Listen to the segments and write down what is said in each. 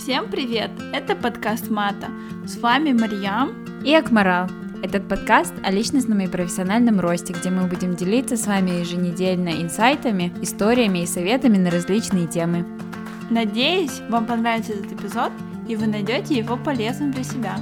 Всем привет! Это подкаст Мата. С вами Марьям и Акмарал. Этот подкаст о личностном и профессиональном росте, где мы будем делиться с вами еженедельно инсайтами, историями и советами на различные темы. Надеюсь, вам понравится этот эпизод, и вы найдете его полезным для себя.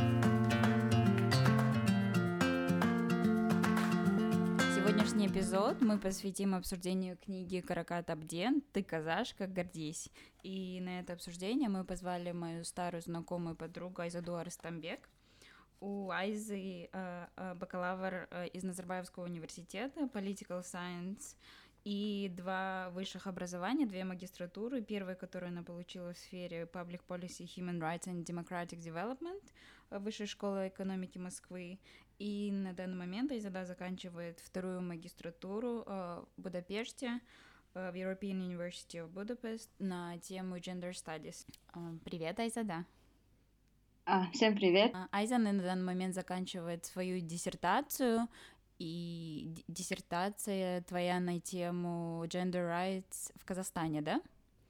Сегодняшний эпизод мы посвятим обсуждению книги Каракат Абден «Ты казашка, гордись». И на это обсуждение мы позвали мою старую знакомую подругу Айзаду Арыстамбек. У Айзы бакалавр из Назарбаевского университета, Political Science, и 2 высших образования, 2 магистратуры. Первая, которую она получила в сфере Public Policy, Human Rights and Democratic Development Высшей школы экономики Москвы. И на данный момент Айзада заканчивает 2-ю магистратуру в Будапеште, в European University of Budapest на тему Gender Studies. Привет, Айзада. Всем привет. Айза на данный момент заканчивает свою диссертацию, и диссертация твоя на тему gender rights в Казахстане, да?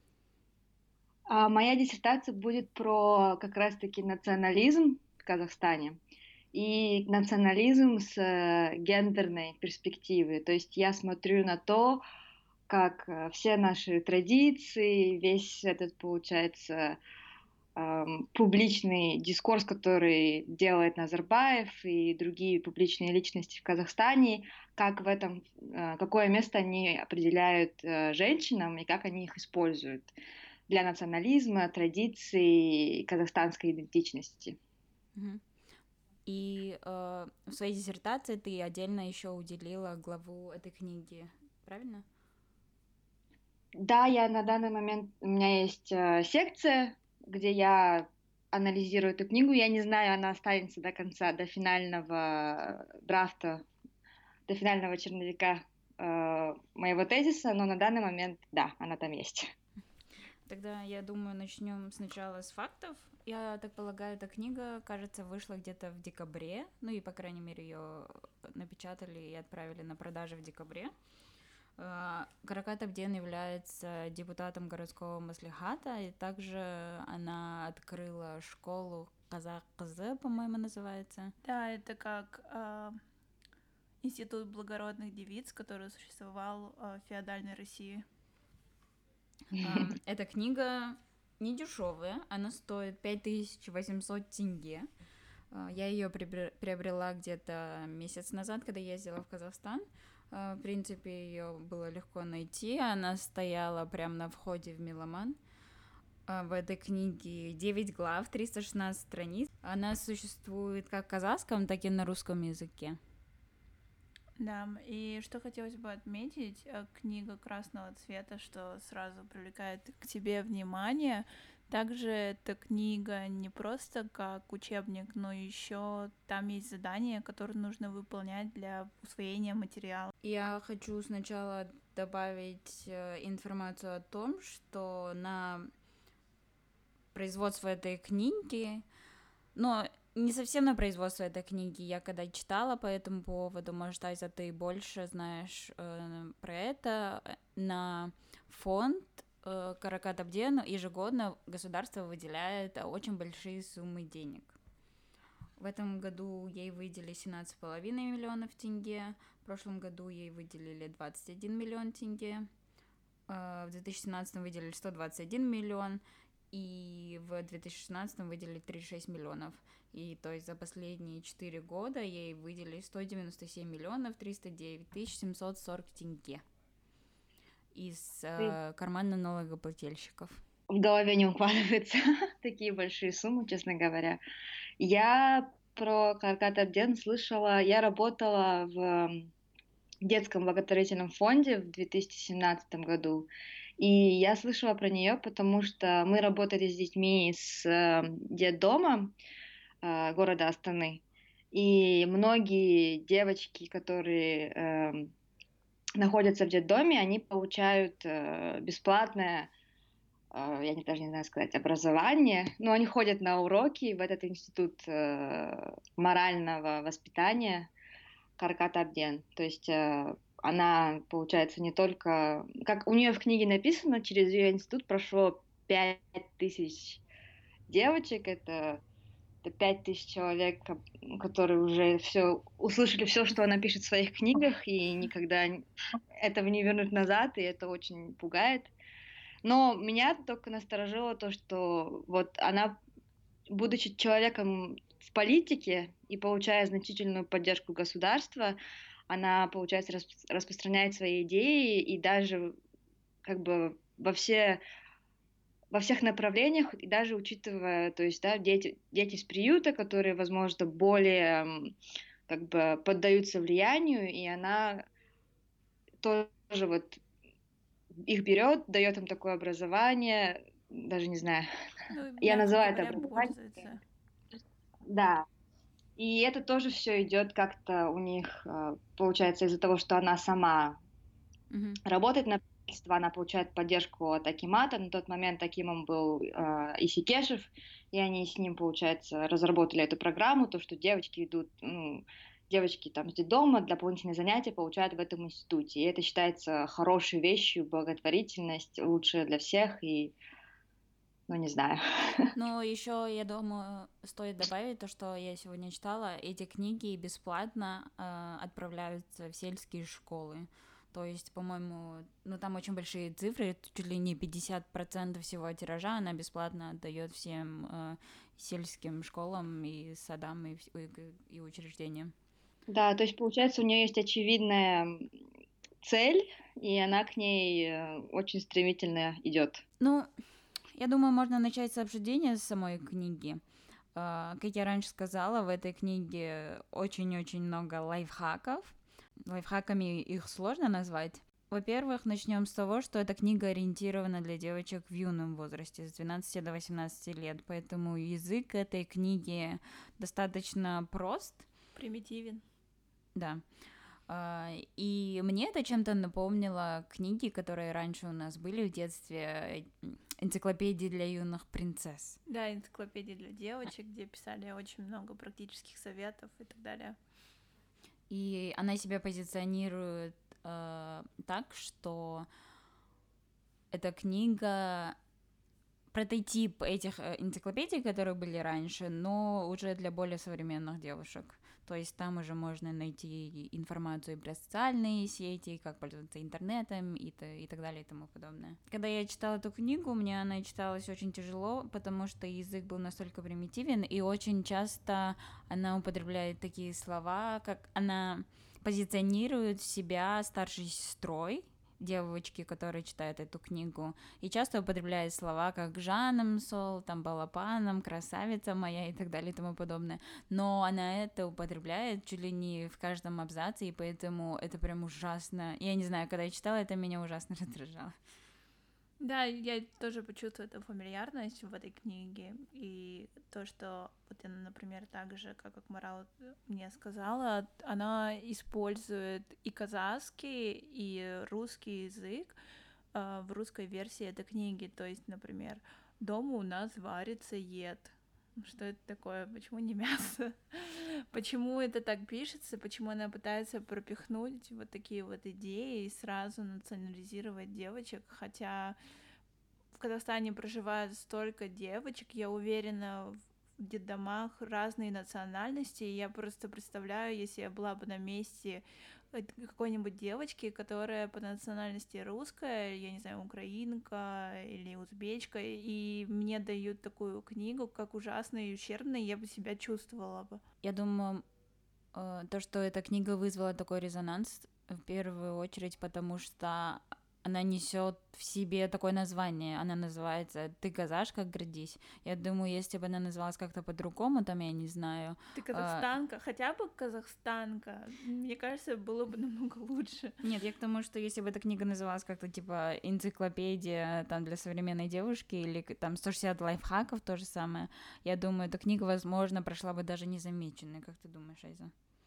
Моя диссертация будет про как раз-таки национализм в Казахстане и национализм с гендерной перспективы. То есть я смотрю на то, как все наши традиции, весь этот, получается, публичный дискурс, который делает Назарбаев и другие публичные личности в Казахстане, как в этом, какое место они определяют женщинам и как они их используют для национализма, традиций, казахстанской идентичности. И в своей диссертации ты отдельно еще уделила главу этой книги, правильно? Да, я на данный момент, у меня есть секция, где я анализирую эту книгу. Я не знаю, она останется до конца, до финального драфта, до финального черновика моего тезиса, но на данный момент, да, она там есть. Тогда, я думаю, начнем сначала с фактов. Я так полагаю, эта книга, кажется, вышла где-то в декабре, ну и, по крайней мере, ее напечатали и отправили на продажу в декабре. Каракат Абден является депутатом городского маслихата, и также она открыла школу Казах-Кызы, по-моему, называется. Да, это как институт благородных девиц, который существовал в феодальной России. Эта книга не дешевая, она стоит 5800 тенге. Я ее приобрела где-то месяц назад, когда ездила в Казахстан. В принципе, ее было легко найти. Она стояла прямо на входе в Меломан. В этой книге 9 глав, 316 страниц. Она существует как в казахском, так и на русском языке. Да, и что хотелось бы отметить, книга красного цвета, что сразу привлекает к тебе внимание. Также эта книга не просто как учебник, но еще там есть задания, которые нужно выполнять для усвоения материала. Я хочу сначала добавить информацию о том, что на производство этой книги, но не совсем на производство этой книги, я когда читала по этому поводу, может, Айза, ты больше знаешь про это, на фонд Каракат Абден ежегодно государство выделяет очень большие суммы денег. В этом году ей выделили 17,5 миллионов тенге, в прошлом году ей выделили 21 миллион тенге, в 2017 выделили 121 миллион, и в 2016 выделили 36 миллионов. И то есть за последние 4 года ей выделили 197 миллионов 309 тысяч 740 тенге из кармана налогоплательщиков. В голове не укладываются такие большие суммы, честно говоря. Я про Каракат Абден слышала, я работала в детском благотворительном фонде в 2017 году, и я слышала про нее, потому что мы работали с детьми с детдома города Астаны, и многие девочки, которые находятся в детдоме, они получают бесплатное, я даже не знаю сказать, образование, но они ходят на уроки в этот институт морального воспитания Каракат Абден. То есть она, получается, не только... Как у нее в книге написано, через ее институт прошло 5000 девочек, это 5000 человек, которые уже услышали все, что она пишет в своих книгах, и никогда этого не вернуть назад, и это очень пугает. Но меня только насторожило то, что вот она, будучи человеком в политике и получая значительную поддержку государства, она, получается, распространяет свои идеи и даже как бы во всех направлениях, и даже учитывая, то есть, да, дети из приюта, которые, возможно, более как бы поддаются влиянию, и она тоже вот их берет, дает им такое образование, даже не знаю, Ну, я мягко называю это говоря, образование. пользуется. Да. И это тоже все идет как-то у них, получается, из-за того, что она сама работает на правительство, она получает поддержку от Акимата. На тот момент Акимом был Исикешев, и они с ним, получается, разработали эту программу, то, что девочки идут, девочки там с детдома дополнительные занятия получают в этом институте. И это считается хорошей вещью, благотворительность, лучшая для всех, и, ну, не знаю. Но еще, я думаю, стоит добавить то, что я сегодня читала, эти книги бесплатно отправляются в сельские школы. То есть, по-моему, ну там очень большие цифры, чуть ли не 50% всего тиража она бесплатно отдает всем сельским школам и садам и учреждениям. Да, то есть, получается, у нее есть очевидная цель, и она к ней очень стремительно идет. Ну, я думаю, можно начать с обсуждения самой книги. Как я раньше сказала, в этой книге очень-очень много лайфхаков. Лайфхаками их сложно назвать. Во-первых, начнем с того, что эта книга ориентирована для девочек в юном возрасте, с 12 до 18 лет, поэтому язык этой книги достаточно прост. Примитивен. Да. И мне это чем-то напомнило книги, которые раньше у нас были в детстве, энциклопедии для юных принцесс. Да, энциклопедии для девочек, где писали очень много практических советов и так далее. И она себя позиционирует так, что эта книга прототип этих энциклопедий, которые были раньше, но уже для более современных девушек. То есть там уже можно найти информацию про социальные сети, как пользоваться интернетом и так далее и тому подобное. Когда я читала эту книгу, мне она читалась очень тяжело, потому что язык был настолько примитивен, и очень часто она употребляет такие слова, как она позиционирует себя старшей сестрой девочки, которые читают эту книгу, и часто употребляет слова как «Жаном сол», там «Балапаном», «Красавица моя» и так далее и тому подобное. Но она это употребляет чуть ли не в каждом абзаце, и поэтому это прям ужасно. Я не знаю, когда я читала, это меня ужасно раздражало. Да, я тоже почувствовала эту фамильярность в этой книге, и то, что вот она, например, так же, как Акмарал мне сказала, она использует и казахский, и русский язык в русской версии этой книги, то есть, например, «Дома у нас варится ед». Что это такое? Почему не мясо? Почему это так пишется? Почему она пытается пропихнуть вот такие вот идеи и сразу национализировать девочек? Хотя в Казахстане проживает столько девочек, я уверена, в детдомах разные национальности. И я просто представляю, если я была бы на месте какой-нибудь девочки, которая по национальности русская, я не знаю, украинка или узбечка, и мне дают такую книгу, как ужасной и ущербной, я бы себя чувствовала бы. Я думаю, то, что эта книга вызвала такой резонанс, в первую очередь, потому что она несет в себе такое название. Она называется «Ты казашка, гордись». Я думаю, если бы она называлась как-то по-другому, там, я не знаю... Ты казахстанка, хотя бы казахстанка. Мне кажется, было бы намного лучше. Нет, я к тому, что если бы эта книга называлась как-то типа «Энциклопедия там, для современной девушки» или там «160 лайфхаков», то же самое, я думаю, эта книга, возможно, прошла бы даже незамеченной. Как ты думаешь, Айза?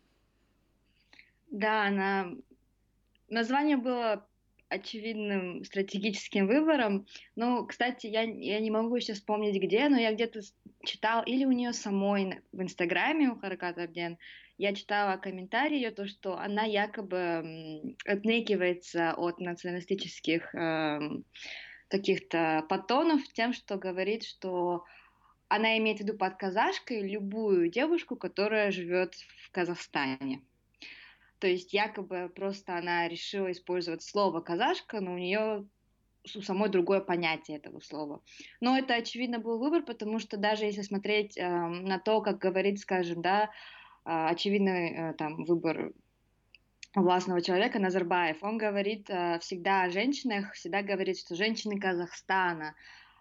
Да, название было очевидным стратегическим выбором. Ну, кстати, я не могу сейчас вспомнить где, но я где-то читала, или у нее самой в Инстаграме, у Харакат Абден, я читала комментарий ее, то, что она якобы отнекивается от националистических каких-то подтонов тем, что говорит, что она имеет в виду под казашкой любую девушку, которая живет в Казахстане. То есть якобы просто она решила использовать слово казашка, но у нее у самой другое понятие этого слова. Но это, очевидно, был выбор, потому что даже если смотреть на то, как говорит, скажем, да, очевидный там выбор властного человека Назарбаев, он говорит всегда о женщинах, всегда говорит, что женщины Казахстана,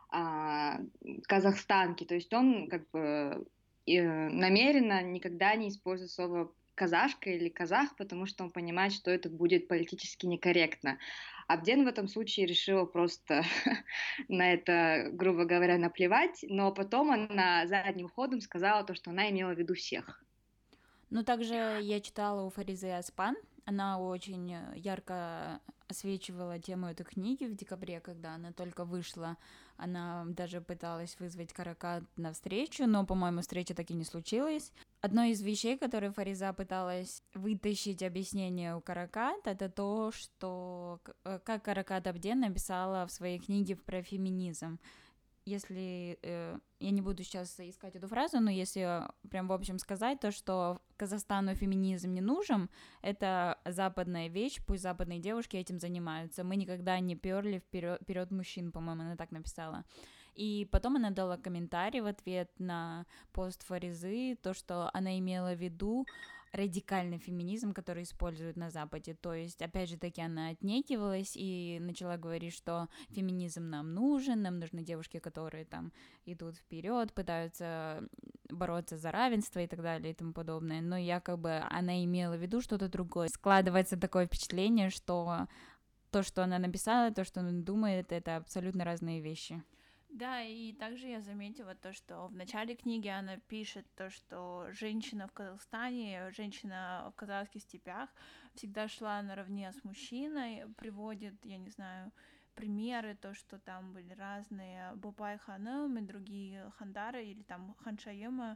казахстанки, то есть он как бы намеренно никогда не использует слово казашка или казах, потому что он понимает, что это будет политически некорректно. Абден в этом случае решила просто на это, грубо говоря, наплевать, но потом она задним ходом сказала то, что она имела в виду всех. Ну, также я читала у Фаризы Аспан, она очень ярко освечивала тему этой книги в декабре, когда она только вышла. Она даже пыталась вызвать Каракат на встречу, но, по-моему, встреча так и не случилась. Одной из вещей, которые Фариза пыталась вытащить объяснение у Каракат, это то, что как Каракат Абден написала в своей книге про феминизм. Если я не буду сейчас искать эту фразу, но если прям в общем сказать, то что Казахстану феминизм не нужен, это западная вещь, пусть западные девушки этим занимаются. Мы никогда не перли вперед мужчин, по-моему, она так написала. И потом она дала комментарий в ответ на пост Фаризы, то, что она имела в виду радикальный феминизм, который используют на Западе. То есть, опять же таки, она отнекивалась и начала говорить, что феминизм нам нужны девушки, которые там идут вперед, пытаются бороться за равенство и так далее и тому подобное. Но якобы она имела в виду что-то другое. Складывается такое впечатление, что то, что она написала, то, что она думает, это абсолютно разные вещи. Да, и также я заметила то, что в начале книги она пишет то, что женщина в Казахстане, женщина в казахских степях всегда шла наравне с мужчиной, приводит, я не знаю, примеры, то, что там были разные Бопай ханым и другие хандары, или там ханшаемы,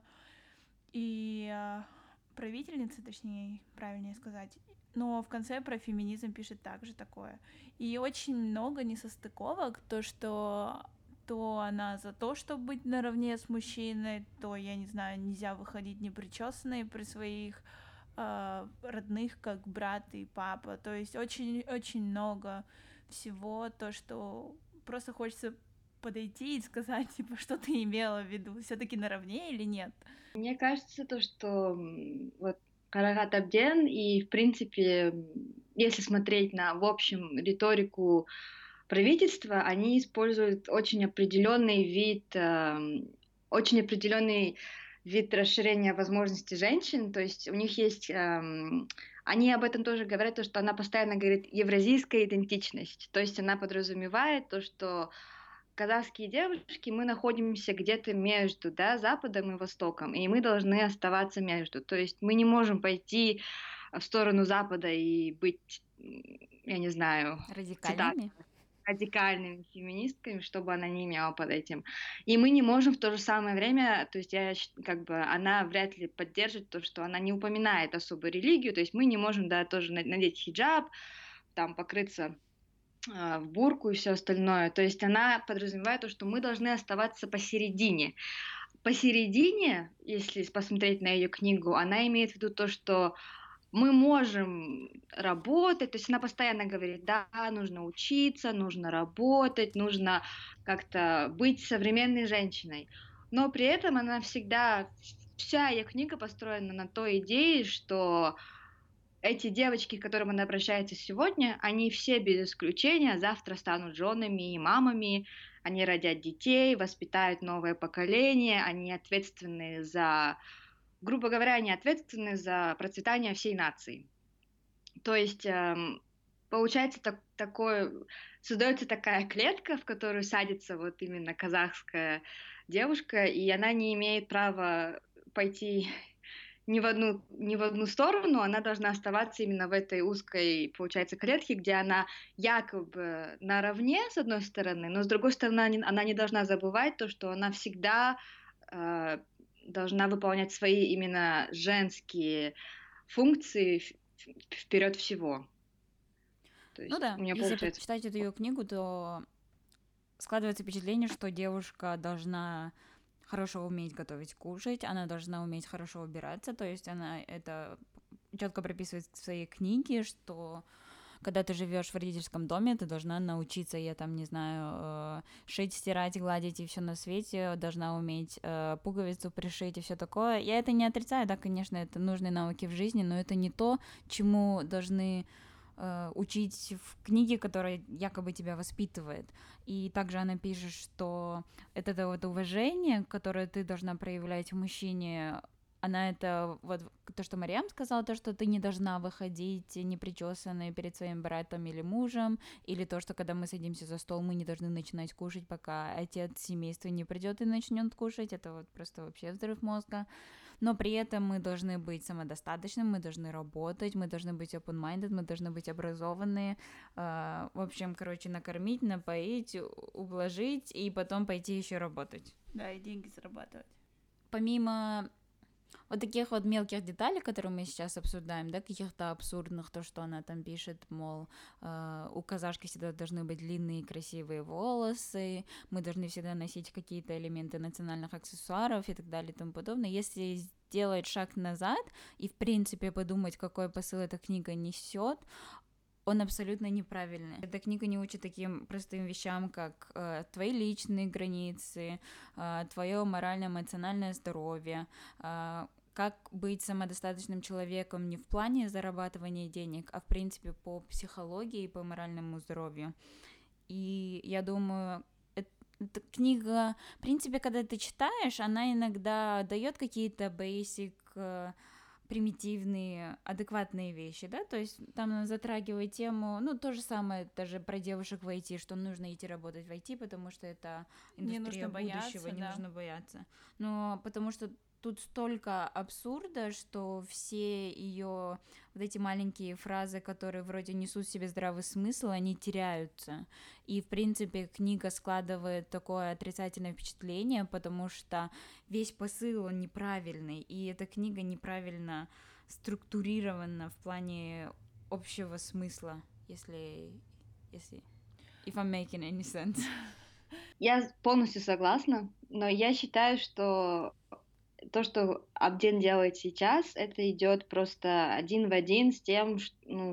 и правительницы, точнее, правильнее сказать. Но в конце про феминизм пишет также такое. И очень много несостыковок, то, что то она за то, чтобы быть наравне с мужчиной, то, я не знаю, нельзя выходить непричесанной при своих родных, как брат и папа. То есть очень-очень много всего, то, что просто хочется подойти и сказать, типа, что ты имела в виду, все-таки наравне или нет? Мне кажется, то, что вот Карагат Абден и, в принципе, если смотреть на, в общем, риторику правительства, они используют очень определенный вид расширения возможностей женщин, то есть у них есть, они об этом тоже говорят, то, что она постоянно говорит евразийская идентичность, то есть она подразумевает то, что казахские девушки, мы находимся где-то между, да, Западом и Востоком, и мы должны оставаться между. То есть мы не можем пойти в сторону Запада и быть, я не знаю, цитата, Радикальными? радикальными феминистками, чтобы она не имела под этим. И мы не можем в то же самое время, то есть как бы она вряд ли поддержит то, что она не упоминает особо религию, то есть мы не можем, да, тоже надеть хиджаб, там покрыться в бурку и все остальное. То есть она подразумевает то, что мы должны оставаться посередине. Посередине, если посмотреть на ее книгу, она имеет в виду то, что мы можем работать, то есть она постоянно говорит, да, нужно учиться, нужно работать, нужно как-то быть современной женщиной. Но при этом она всегда, вся ее книга построена на той идее, что эти девочки, к которым она обращается сегодня, они все без исключения завтра станут женами и мамами, они родят детей, воспитают новое поколение, они ответственны за, грубо говоря, они ответственны за процветание всей нации. То есть получается создается такая клетка, в которую садится вот именно казахская девушка, и она не имеет права пойти ни в одну сторону, она должна оставаться именно в этой узкой, получается, клетке, где она якобы наравне, с одной стороны, но с другой стороны, она не должна забывать то, что она всегда должна выполнять свои именно женские функции вперед всего. То Ну есть да, у нее если получается... почитать эту ее книгу, то складывается впечатление, что девушка должна хорошо уметь готовить, кушать, она должна уметь хорошо убираться, то есть она это четко прописывает в своей книге, что когда ты живешь в родительском доме, ты должна научиться, я там, не знаю, шить, стирать, гладить и все на свете, должна уметь пуговицу пришить и все такое. Я это не отрицаю, да, конечно, это нужные навыки в жизни, но это не то, чему должны учить в книге, которая якобы тебя воспитывает. И также она пишет, что это вот уважение, которое ты должна проявлять в мужчине, она это, вот то, что Мариам сказала, то, что ты не должна выходить непричесанной перед своим братом или мужем, или то, что когда мы садимся за стол, мы не должны начинать кушать, пока отец семейства не придет и начнет кушать, это вот просто вообще взрыв мозга. Но при этом мы должны быть самодостаточными, мы должны работать, мы должны быть open-minded, мы должны быть образованные, в общем, короче, накормить, напоить, ублажить и потом пойти еще работать. Да, и деньги зарабатывать. Помимо вот таких вот мелких деталей, которые мы сейчас обсуждаем, да, каких-то абсурдных, то, что она там пишет, мол, у казашки всегда должны быть длинные красивые волосы, мы должны всегда носить какие-то элементы национальных аксессуаров и так далее и тому подобное. Если сделать шаг назад и, в принципе, подумать, какой посыл эта книга несет, он абсолютно неправильный. Эта книга не учит таким простым вещам, как твои личные границы, твое морально-эмоциональное здоровье, как быть самодостаточным человеком не в плане зарабатывания денег, а в принципе по психологии и по моральному здоровью. И я думаю, эта книга, в принципе, когда ты читаешь, она иногда дает какие-то basic примитивные, адекватные вещи, да, то есть там она затрагивает тему, ну, то же самое даже про девушек в IT, что нужно идти работать в IT, потому что это индустрия будущего, не нужно бояться, но потому что тут столько абсурда, что все ее вот эти маленькие фразы, которые вроде несут в себе здравый смысл, они теряются. И, в принципе, книга складывает такое отрицательное впечатление, потому что весь посыл, он неправильный, и эта книга неправильно структурирована в плане общего смысла, если if I'm making any sense. Я полностью согласна, но я считаю, что то, что Абден делает сейчас, это идет просто один в один с тем, ну,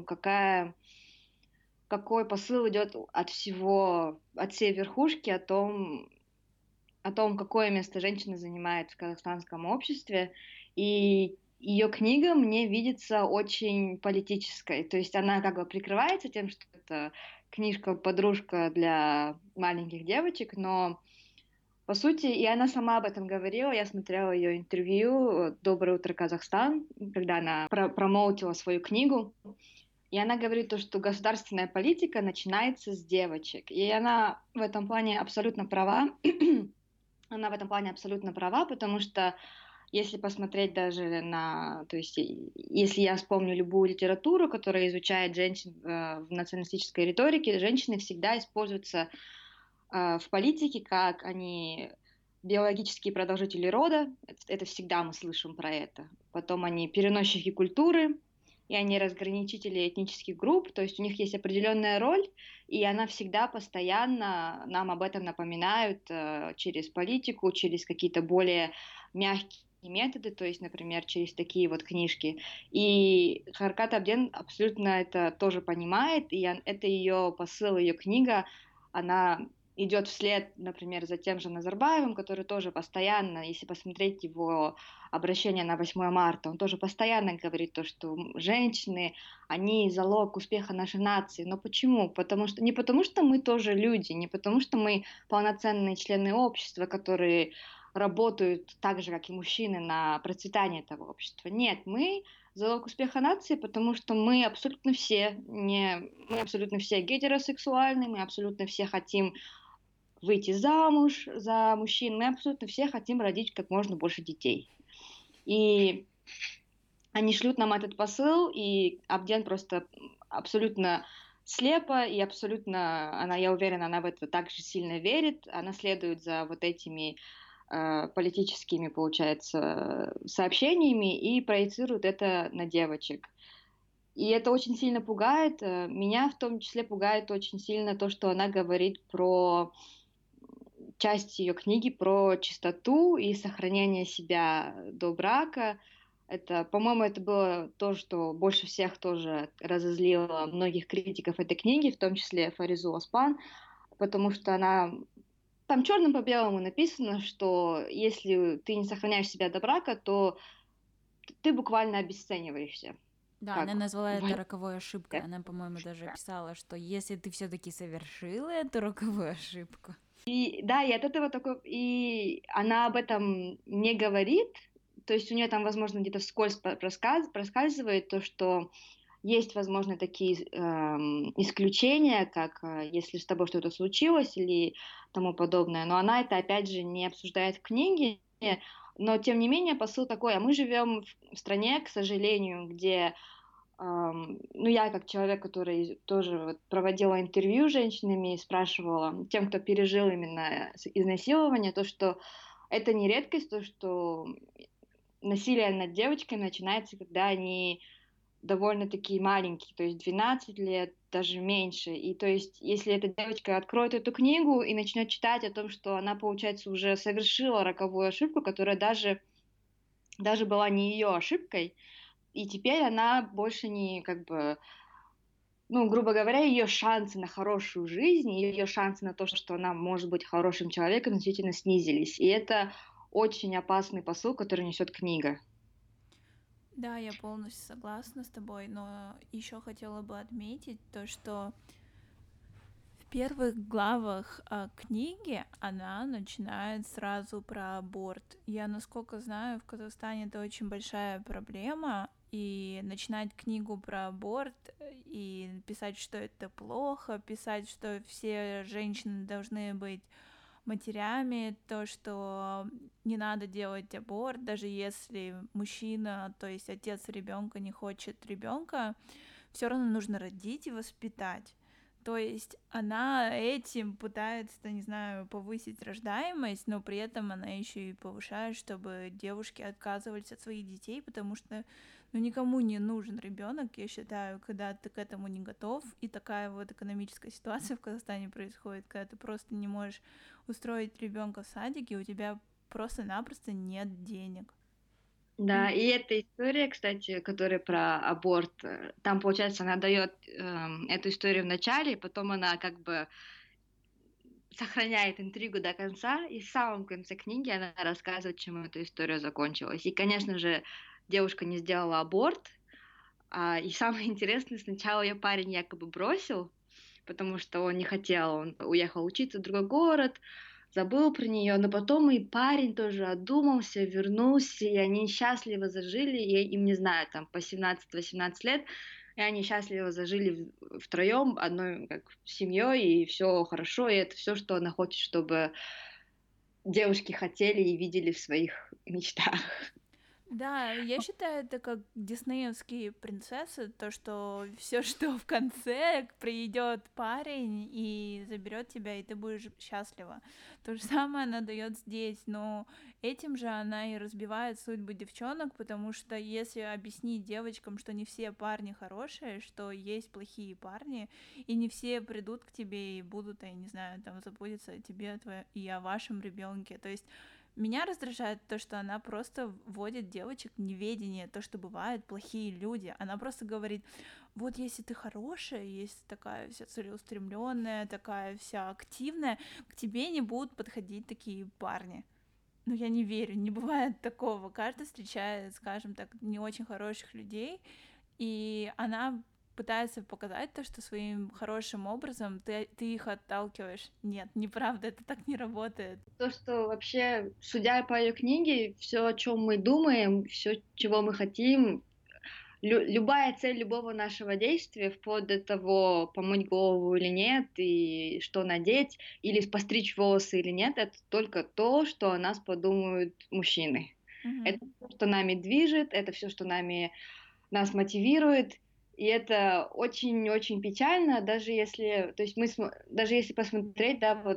какой посыл идет от всей верхушки о том, какое место женщина занимает в казахстанском обществе. И ее книга мне видится очень политической. То есть она как бы прикрывается тем, что это книжка-подружка для маленьких девочек, но по сути, и она сама об этом говорила, я смотрела ее интервью «Доброе утро, Казахстан», когда она промоутила свою книгу, и она говорит то, что государственная политика начинается с девочек, и она в этом плане абсолютно права, потому что если посмотреть даже то есть если я вспомню любую литературу, которая изучает женщин в националистической риторике, женщины всегда используются в политике, как они биологические продолжители рода, это всегда мы слышим про это. Потом они переносчики культуры, и они разграничители этнических групп, то есть у них есть определенная роль, и она всегда постоянно нам об этом напоминают через политику, через какие-то более мягкие методы, то есть, например, через такие вот книжки. И Харкат Абден абсолютно это тоже понимает, и это ее посыл, ее книга, она идет вслед, например, за тем же Назарбаевым, который тоже постоянно, если посмотреть его обращение на 8 марта, он тоже постоянно говорит то, что женщины, они залог успеха нашей нации. Но почему? Не потому, что мы тоже люди, не потому, что мы полноценные члены общества, которые работают так же, как и мужчины, на процветание этого общества. Нет, мы залог успеха нации, потому что мы абсолютно все гетеросексуальны, мы абсолютно все хотим выйти замуж за мужчин, мы абсолютно все хотим родить как можно больше детей. И они шлют нам этот посыл, и Абден просто абсолютно слепо и абсолютно, я уверена, она в это так же сильно верит, она следует за вот этими политическими, получается, сообщениями и проецирует это на девочек. И это очень сильно пугает. Меня в том числе пугает очень сильно то, что она говорит про часть ее книги про чистоту и сохранение себя до брака. Это, по-моему, это было то, что больше всех тоже разозлило многих критиков этой книги, в том числе Фаризу Оспан, потому что она там черным по белому написано, что если ты не сохраняешь себя до брака, то ты буквально обесцениваешься. Да, она Как назвала это в- роковой ошибкой. Она, по-моему, даже писала, что если ты все-таки совершила эту роковую ошибку. И да, и от этого такой, и она об этом не говорит, то есть у нее там, возможно, где-то вскользь проскальзывает то, что есть, возможно, такие исключения, как если с тобой что-то случилось или тому подобное, но она это, опять же, не обсуждает в книге, но, тем не менее, посыл такой, а мы живем в стране, к сожалению, где ну, я как человек, который тоже вот проводила интервью с женщинами и спрашивала тем, кто пережил именно изнасилование, то, что это не редкость, то, что насилие над девочками начинается, когда они довольно-таки маленькие, то есть 12 лет, даже меньше. И то есть, если эта девочка откроет эту книгу и начнет читать о том, что она, получается, уже совершила роковую ошибку, которая даже была не ее ошибкой, и теперь она больше не как бы, ну, грубо говоря, ее шансы на хорошую жизнь, ее шансы на то, что она может быть хорошим человеком, значительно снизились. И это очень опасный посыл, который несет книга. Да, я полностью согласна с тобой, но еще хотела бы отметить то, что в первых главах книги она начинает сразу про аборт. Я, насколько знаю, в Казахстане это очень большая проблема, и начинать книгу про аборт и писать, что это плохо, писать, что все женщины должны быть матерями, то, что не надо делать аборт, даже если мужчина, то есть отец ребенка не хочет ребенка, все равно нужно родить и воспитать. То есть она этим пытается, не знаю, повысить рождаемость, но при этом она еще и повышает, чтобы девушки отказывались от своих детей, потому что ну, никому не нужен ребенок, я считаю, когда ты к этому не готов. И такая вот экономическая ситуация в Казахстане происходит, когда ты просто не можешь устроить ребенка в садике, у тебя просто-напросто нет денег. Да, и эта история, кстати, которая про аборт, там, получается, она дает эту историю в начале, и потом она как бы сохраняет интригу до конца, и в самом конце книги она рассказывает, чем эта история закончилась. И, конечно же, девушка не сделала аборт, и самое интересное, сначала ее парень якобы бросил, потому что он не хотел, он уехал учиться в другой город, забыл про нее, но потом и парень тоже одумался, вернулся, и они счастливо зажили, и им, не знаю, там по 17-18 лет, и они счастливо зажили втроем, одной как семьей, и все хорошо, и это все, что она хочет, чтобы девушки хотели и видели в своих мечтах. Да, я считаю, это как диснеевские принцессы, то, что все, что в конце придет парень и заберет тебя, и ты будешь счастлива. То же самое она дает здесь, но этим же она и разбивает судьбы девчонок, потому что если объяснить девочкам, что не все парни хорошие, что есть плохие парни, и не все придут к тебе и будут, я не знаю, там заботиться о тебе и о вашем ребенке, то есть меня раздражает то, что она просто вводит девочек в неведение, то, что бывают плохие люди. Она просто говорит, вот если ты хорошая, если такая вся целеустремленная, такая вся активная, к тебе не будут подходить такие парни. Но я не верю, не бывает такого. Каждый встречает, скажем так, не очень хороших людей, и она пытается показать то, что своим хорошим образом ты их отталкиваешь. Нет, неправда, это так не работает. То, что вообще, судя по ее книге, все, о чем мы думаем, все, чего мы хотим, любая цель любого нашего действия, вплоть до того, помыть голову или нет, и что надеть, или постричь волосы или нет, это только то, что о нас подумают мужчины. Мгм. Это все, что нами движет, это все, что нас мотивирует, и это очень-очень печально, даже если, то есть даже если посмотреть, да, вот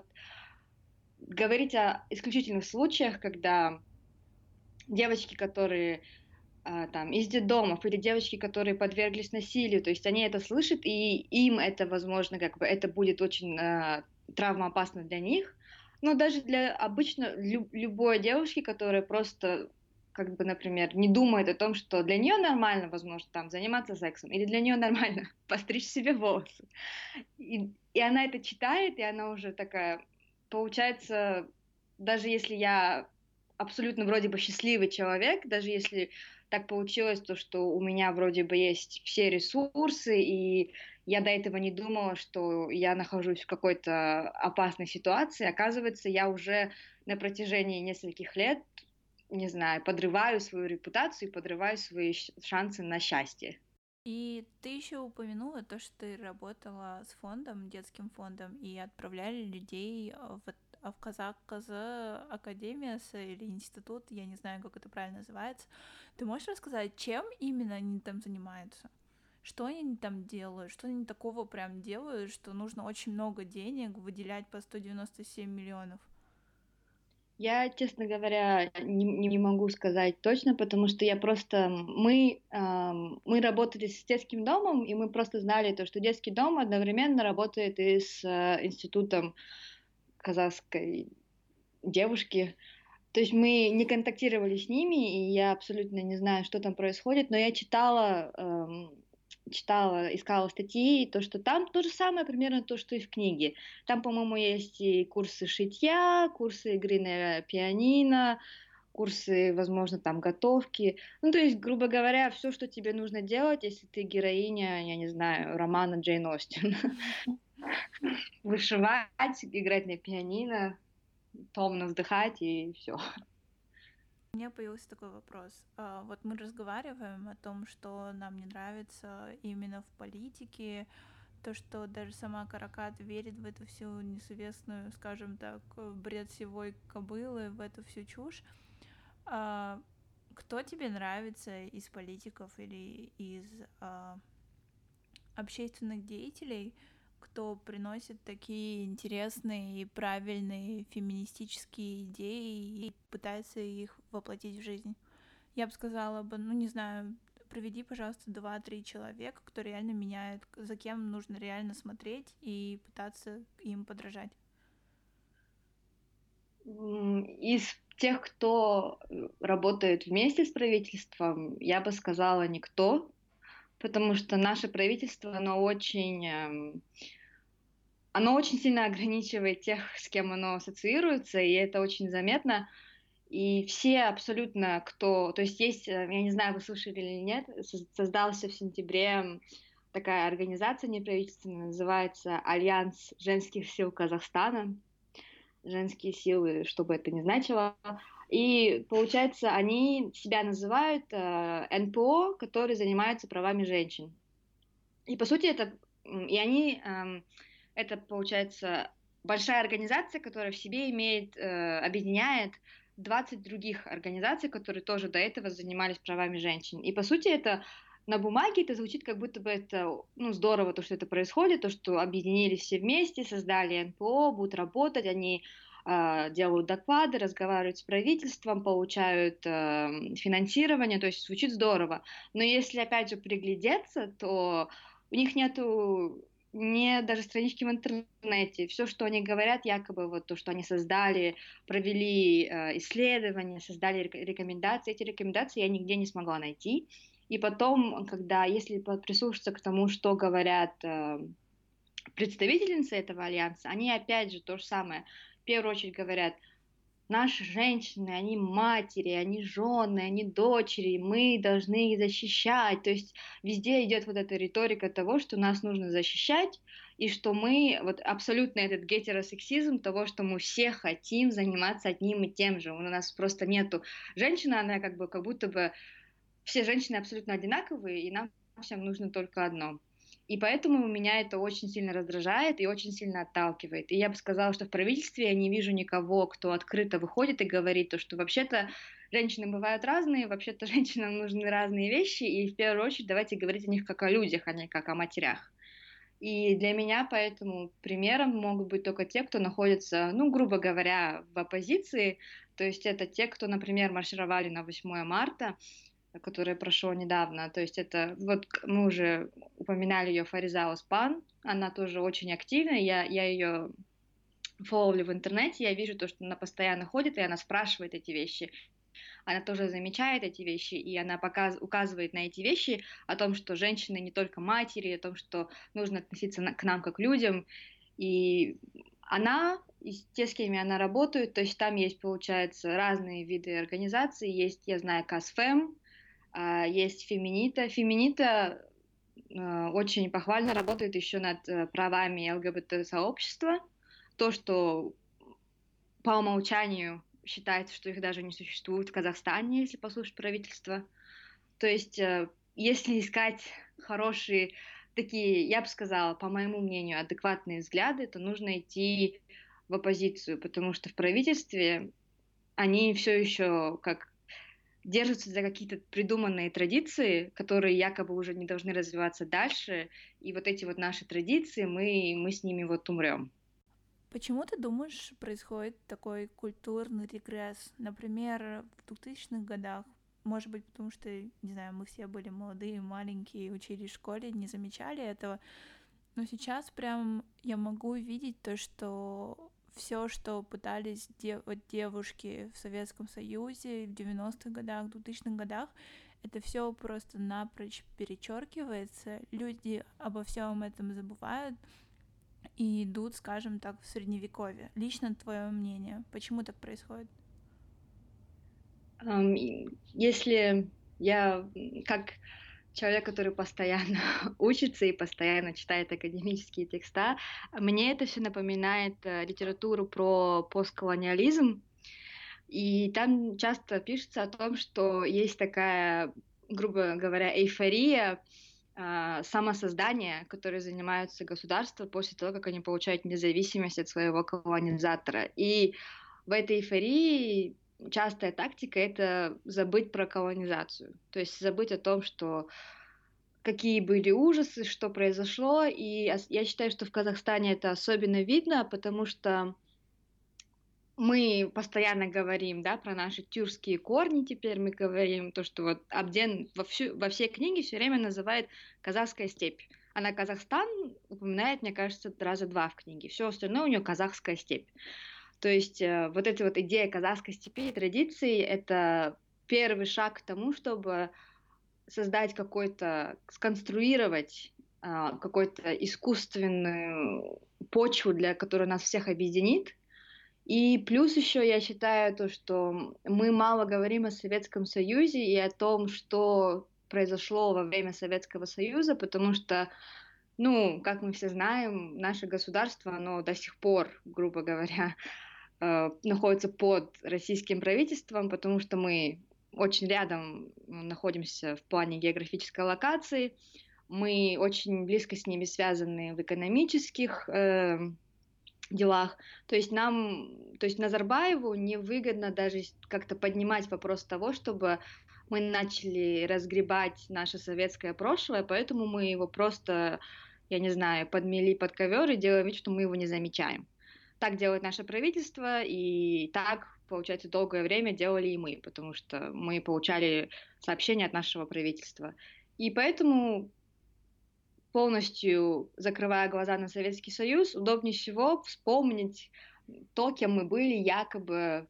говорить о исключительных случаях, когда девочки, которые там из детдомов или девочки, которые подверглись насилию, то есть они это слышат, и им это, возможно, как бы это будет очень травмоопасно для них, Ну, даже для обычно любой девушки, которая просто, как бы, например, не думает о том, что для нее нормально, возможно, там заниматься сексом, или для нее нормально постричь себе волосы. И она это читает, и она уже такая, получается, даже если я абсолютно вроде бы счастливый человек, даже если так получилось, то, что у меня вроде бы есть все ресурсы, и я до этого не думала, что я нахожусь в какой-то опасной ситуации. Оказывается, я уже на протяжении нескольких лет, не знаю, подрываю свою репутацию и подрываю свои шансы на счастье. И ты еще упомянула то, что ты работала с фондом, детским фондом, и отправляли людей в Казак-Каза Академия или институт, я не знаю, как это правильно называется. Ты можешь рассказать, чем именно они там занимаются? Что они там делают? Что они такого прям делают, что нужно очень много денег выделять по 197 миллионов? Я, честно говоря, не могу сказать точно, потому что я просто... Мы работали с детским домом, и мы просто знали то, что детский дом одновременно работает и с институтом казахской девушки. То есть мы не контактировали с ними, и я абсолютно не знаю, что там происходит, но я читала, искала статьи, и то, что там то же самое примерно то, что и в книге. Там, по-моему, есть и курсы шитья, курсы игры на пианино, курсы, возможно, там готовки. Ну, то есть, грубо говоря, все, что тебе нужно делать, если ты героиня, я не знаю, романа Джейн Остин. Вышивать, играть на пианино, томно вздыхать и все. У меня появился такой вопрос. Вот мы разговариваем о том, что нам не нравится именно в политике, то, что даже сама Каракат верит в эту всю несовестную, скажем так, бред сивой кобылы, в эту всю чушь. А, Кто тебе нравится из политиков или из общественных деятелей, кто приносит такие интересные и правильные феминистические идеи и пытается их воплотить в жизнь? Я бы сказала бы, ну не знаю, приведи, пожалуйста, 2-3 человека, кто реально меняет, за кем нужно реально смотреть и пытаться им подражать. Из тех, кто работает вместе с правительством, я бы сказала никто, потому что наше правительство, оно очень сильно ограничивает тех, с кем оно ассоциируется, и это очень заметно. И все абсолютно, то есть я не знаю, вы слышали или нет, создался в сентябре такая организация неправительственная, называется Альянс женских сил Казахстана, женские силы, что бы это ни значило. И получается, они себя называют НПО, которые занимаются правами женщин. И по сути это получается большая организация, которая в себе объединяет 20 других организаций, которые тоже до этого занимались правами женщин. И по сути на бумаге это звучит, как будто бы это, ну, здорово, то, что это происходит, то, что объединились все вместе, создали НПО, будут работать, они делают доклады, разговаривают с правительством, получают финансирование, то есть звучит здорово. Но если, опять же, приглядеться, то у них нету не даже странички в интернете. Все, что они говорят, якобы вот то, что они создали, провели исследования, создали рекомендации. Эти рекомендации я нигде не смогла найти. И потом, если прислушаться к тому, что говорят представительницы этого альянса, они опять же то же самое. В первую очередь говорят, наши женщины, они матери, они жены, они дочери, мы должны их защищать. То есть везде идет вот эта риторика того, что нас нужно защищать, и что мы, вот абсолютно этот гетеросексизм того, что мы все хотим заниматься одним и тем же. У нас просто нету... Женщина, она как будто бы... Все женщины абсолютно одинаковые, и нам всем нужно только одно. И поэтому меня это очень сильно раздражает и очень сильно отталкивает. И я бы сказала, что в правительстве я не вижу никого, кто открыто выходит и говорит то, что вообще-то женщины бывают разные, вообще-то женщинам нужны разные вещи, и в первую очередь давайте говорить о них как о людях, а не как о матерях. И для меня поэтому примером могут быть только те, кто находится, ну, грубо говоря, в оппозиции. То есть это те, кто, например, маршировали на 8 марта, которое прошло недавно. То есть это, вот мы уже упоминали ее, Фариза Оспан, она тоже очень активная, я ее фолловлю в интернете, я вижу то, что она постоянно ходит, и она спрашивает эти вещи. Она тоже замечает эти вещи, и она указывает на эти вещи, о том, что женщины не только матери, о том, что нужно относиться к нам как к людям. И она, и те, с кем она работает, то есть там есть, получается, разные виды организаций. Есть, я знаю, КАСФЭМ, есть Феминита. Феминита очень похвально работает еще над правами ЛГБТ-сообщества. То, что по умолчанию считается, что их даже не существует в Казахстане, если послушать правительство. То есть, если искать хорошие такие, я бы сказала, по моему мнению, адекватные взгляды, то нужно идти в оппозицию, потому что в правительстве они все еще как держатся за какие-то придуманные традиции, которые якобы уже не должны развиваться дальше, и вот эти вот наши традиции, мы с ними вот умрем. Почему ты думаешь, происходит такой культурный регресс? Например, в 2000-х годах, может быть, потому что, не знаю, мы все были молодые, маленькие, учились в школе, не замечали этого, но сейчас прям я могу видеть то, что все, что пытались делать девушки в Советском Союзе в 90-х годах, 2000-х годах, это все просто напрочь перечеркивается, люди обо всем этом забывают и идут, скажем так, в средневековье. Лично твое мнение, почему так происходит? Если я как человек, который постоянно учится и постоянно читает академические текста, мне это все напоминает литературу про постколониализм, и там часто пишется о том, что есть такая, грубо говоря, эйфория самосоздания, которой занимаются государства после того, как они получают независимость от своего колонизатора. И в этой эйфории частая тактика — это забыть про колонизацию, то есть забыть о том, что какие были ужасы, что произошло. И я считаю, что в Казахстане это особенно видно, потому что мы постоянно говорим, да, про наши тюркские корни, теперь мы говорим то, что вот Абден во всей книге все время называет казахская степь. Она Казахстан упоминает, мне кажется, раза два в книге. Все остальное у нее казахская степь. То есть вот эта вот идея казахской степи и традиции — это первый шаг к тому, чтобы создать какой-то, сконструировать какую-то искусственную почву, для которой нас всех объединит. И плюс еще я считаю то, что мы мало говорим о Советском Союзе и о том, что произошло во время Советского Союза, потому что, ну, как мы все знаем, наше государство, оно до сих пор, грубо говоря, находится под российским правительством, потому что мы очень рядом находимся в плане географической локации, мы очень близко с ними связаны в экономических делах. То есть Назарбаеву невыгодно даже как-то поднимать вопрос того, чтобы мы начали разгребать наше советское прошлое, поэтому мы его просто, я не знаю, подмели под ковер и делаем вид, что мы его не замечаем. Так делает наше правительство, и так, получается, долгое время делали и мы, потому что мы получали сообщения от нашего правительства. И поэтому, полностью закрывая глаза на Советский Союз, удобнее всего вспомнить то, кем мы были якобы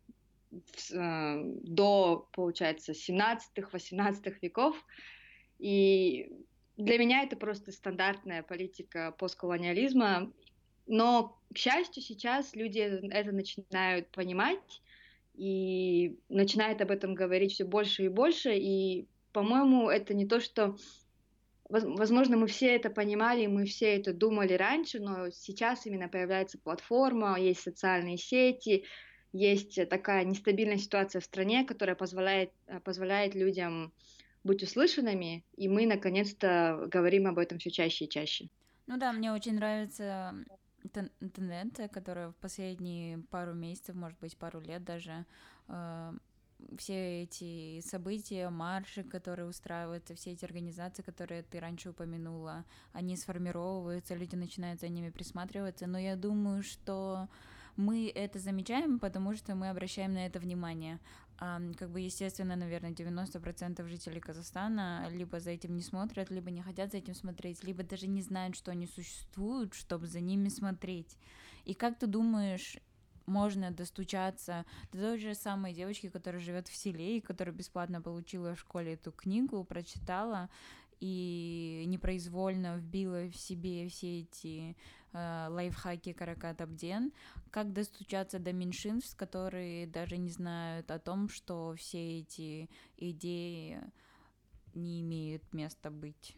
до, получается, 17-18 веков. И для меня это просто стандартная политика постколониализма. Но, к счастью, сейчас люди это начинают понимать и начинают об этом говорить все больше и больше. И, по-моему, это не то, что... Возможно, мы все это понимали, мы все это думали раньше, но сейчас именно появляется платформа, есть социальные сети, есть такая нестабильная ситуация в стране, которая позволяет людям быть услышанными, и мы наконец-то говорим об этом все чаще и чаще. Ну да, мне очень нравится тенденция, которая в последние пару месяцев, может быть, пару лет даже, все эти события, марши, которые устраиваются, все эти организации, которые ты раньше упомянула, они сформировываются, люди начинают за ними присматриваться, но я думаю, что мы это замечаем, потому что мы обращаем на это внимание. Как бы, естественно, наверное, 90% жителей Казахстана либо за этим не смотрят, либо не хотят за этим смотреть, либо даже не знают, что они существуют, чтобы за ними смотреть. И как ты думаешь, можно достучаться до той же самой девочки, которая живет в селе и которая бесплатно получила в школе эту книгу, прочитала и непроизвольно вбила в себе все эти лайфхаки Каракат Абден, как достучаться до меньшинств, которые даже не знают о том, что все эти идеи не имеют места быть?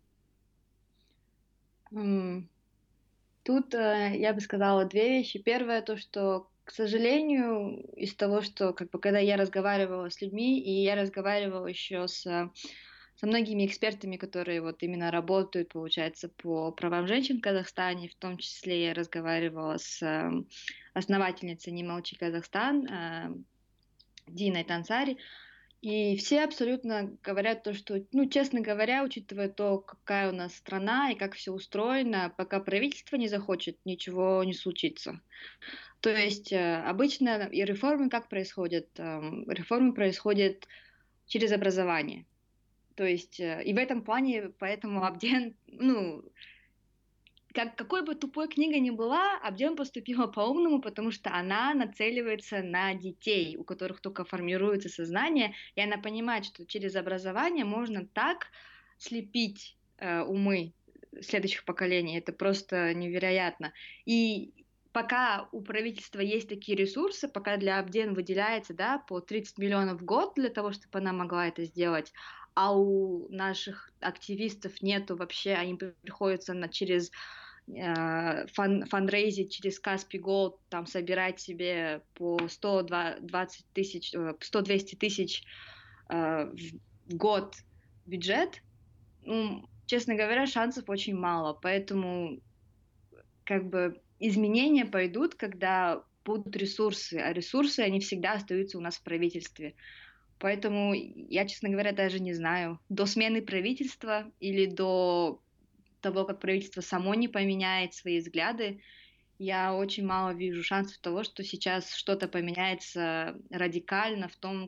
Тут я бы сказала две вещи. Первое, то, что, к сожалению, из того, что как бы когда я разговаривала с людьми, и я разговаривала еще со многими экспертами, которые вот именно работают, получается, по правам женщин в Казахстане, в том числе я разговаривала с основательницей «Не молчи, Казахстан», Диной Тансари, и все абсолютно говорят то, что, ну, честно говоря, учитывая то, какая у нас страна и как все устроено, пока правительство не захочет, ничего не случится. То есть обычно и реформы как происходят? Реформы происходят через образование. То есть и в этом плане, поэтому Абден, ну, какой бы тупой книга ни была, Абден поступила по-умному, потому что она нацеливается на детей, у которых только формируется сознание, и она понимает, что через образование можно так слепить умы следующих поколений. Это просто невероятно. И пока у правительства есть такие ресурсы, пока для Абден выделяется, да, по 30 миллионов в год для того, чтобы она могла это сделать, а у наших активистов нету вообще, им приходится через фандрейзить через Каспий Голд, там собирать себе по 120 тысяч, 100-200 тысяч в год бюджет, ну, честно говоря, шансов очень мало, поэтому как бы изменения пойдут, когда будут ресурсы, а ресурсы, они всегда остаются у нас в правительстве. Поэтому я, честно говоря, даже не знаю, до смены правительства или до того, как правительство само не поменяет свои взгляды, я очень мало вижу шансов того, что сейчас что-то поменяется радикально в том,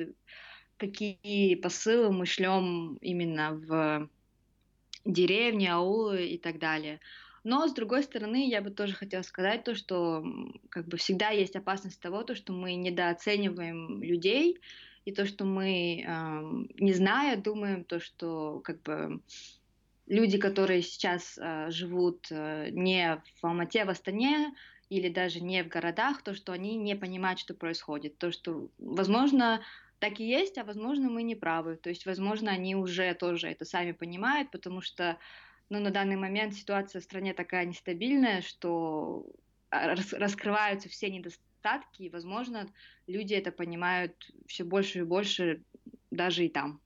какие посылы мы шлем именно в деревни, аулы и так далее. Но, с другой стороны, я бы тоже хотела сказать то, что как бы всегда есть опасность того, то, что мы недооцениваем людей, и то, что мы, не зная, думаем то, что как бы люди, которые сейчас живут не в Алмате, а в Астане, или даже не в городах, то, что они не понимают, что происходит. То, что, возможно, так и есть, а возможно, мы не правы. То есть, возможно, они уже тоже это сами понимают, потому что, ну, на данный момент ситуация в стране такая нестабильная, что раскрываются все недостатки, и, возможно, люди это понимают все больше и больше даже и там.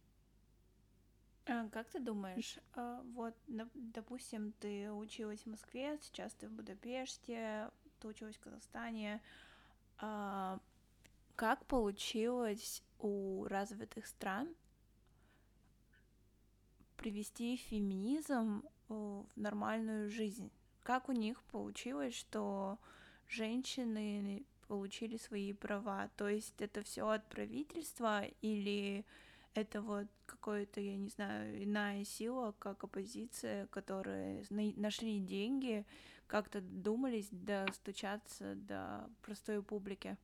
Как ты думаешь, вот, допустим, ты училась в Москве, сейчас ты в Будапеште, ты училась в Казахстане, как получилось у развитых стран привести феминизм в нормальную жизнь? Как у них получилось, что женщины получили свои права? То есть это все от правительства или это вот какое-то, я не знаю, иная сила, как оппозиция, которые нашли деньги, как-то додумались достучаться до простой публики?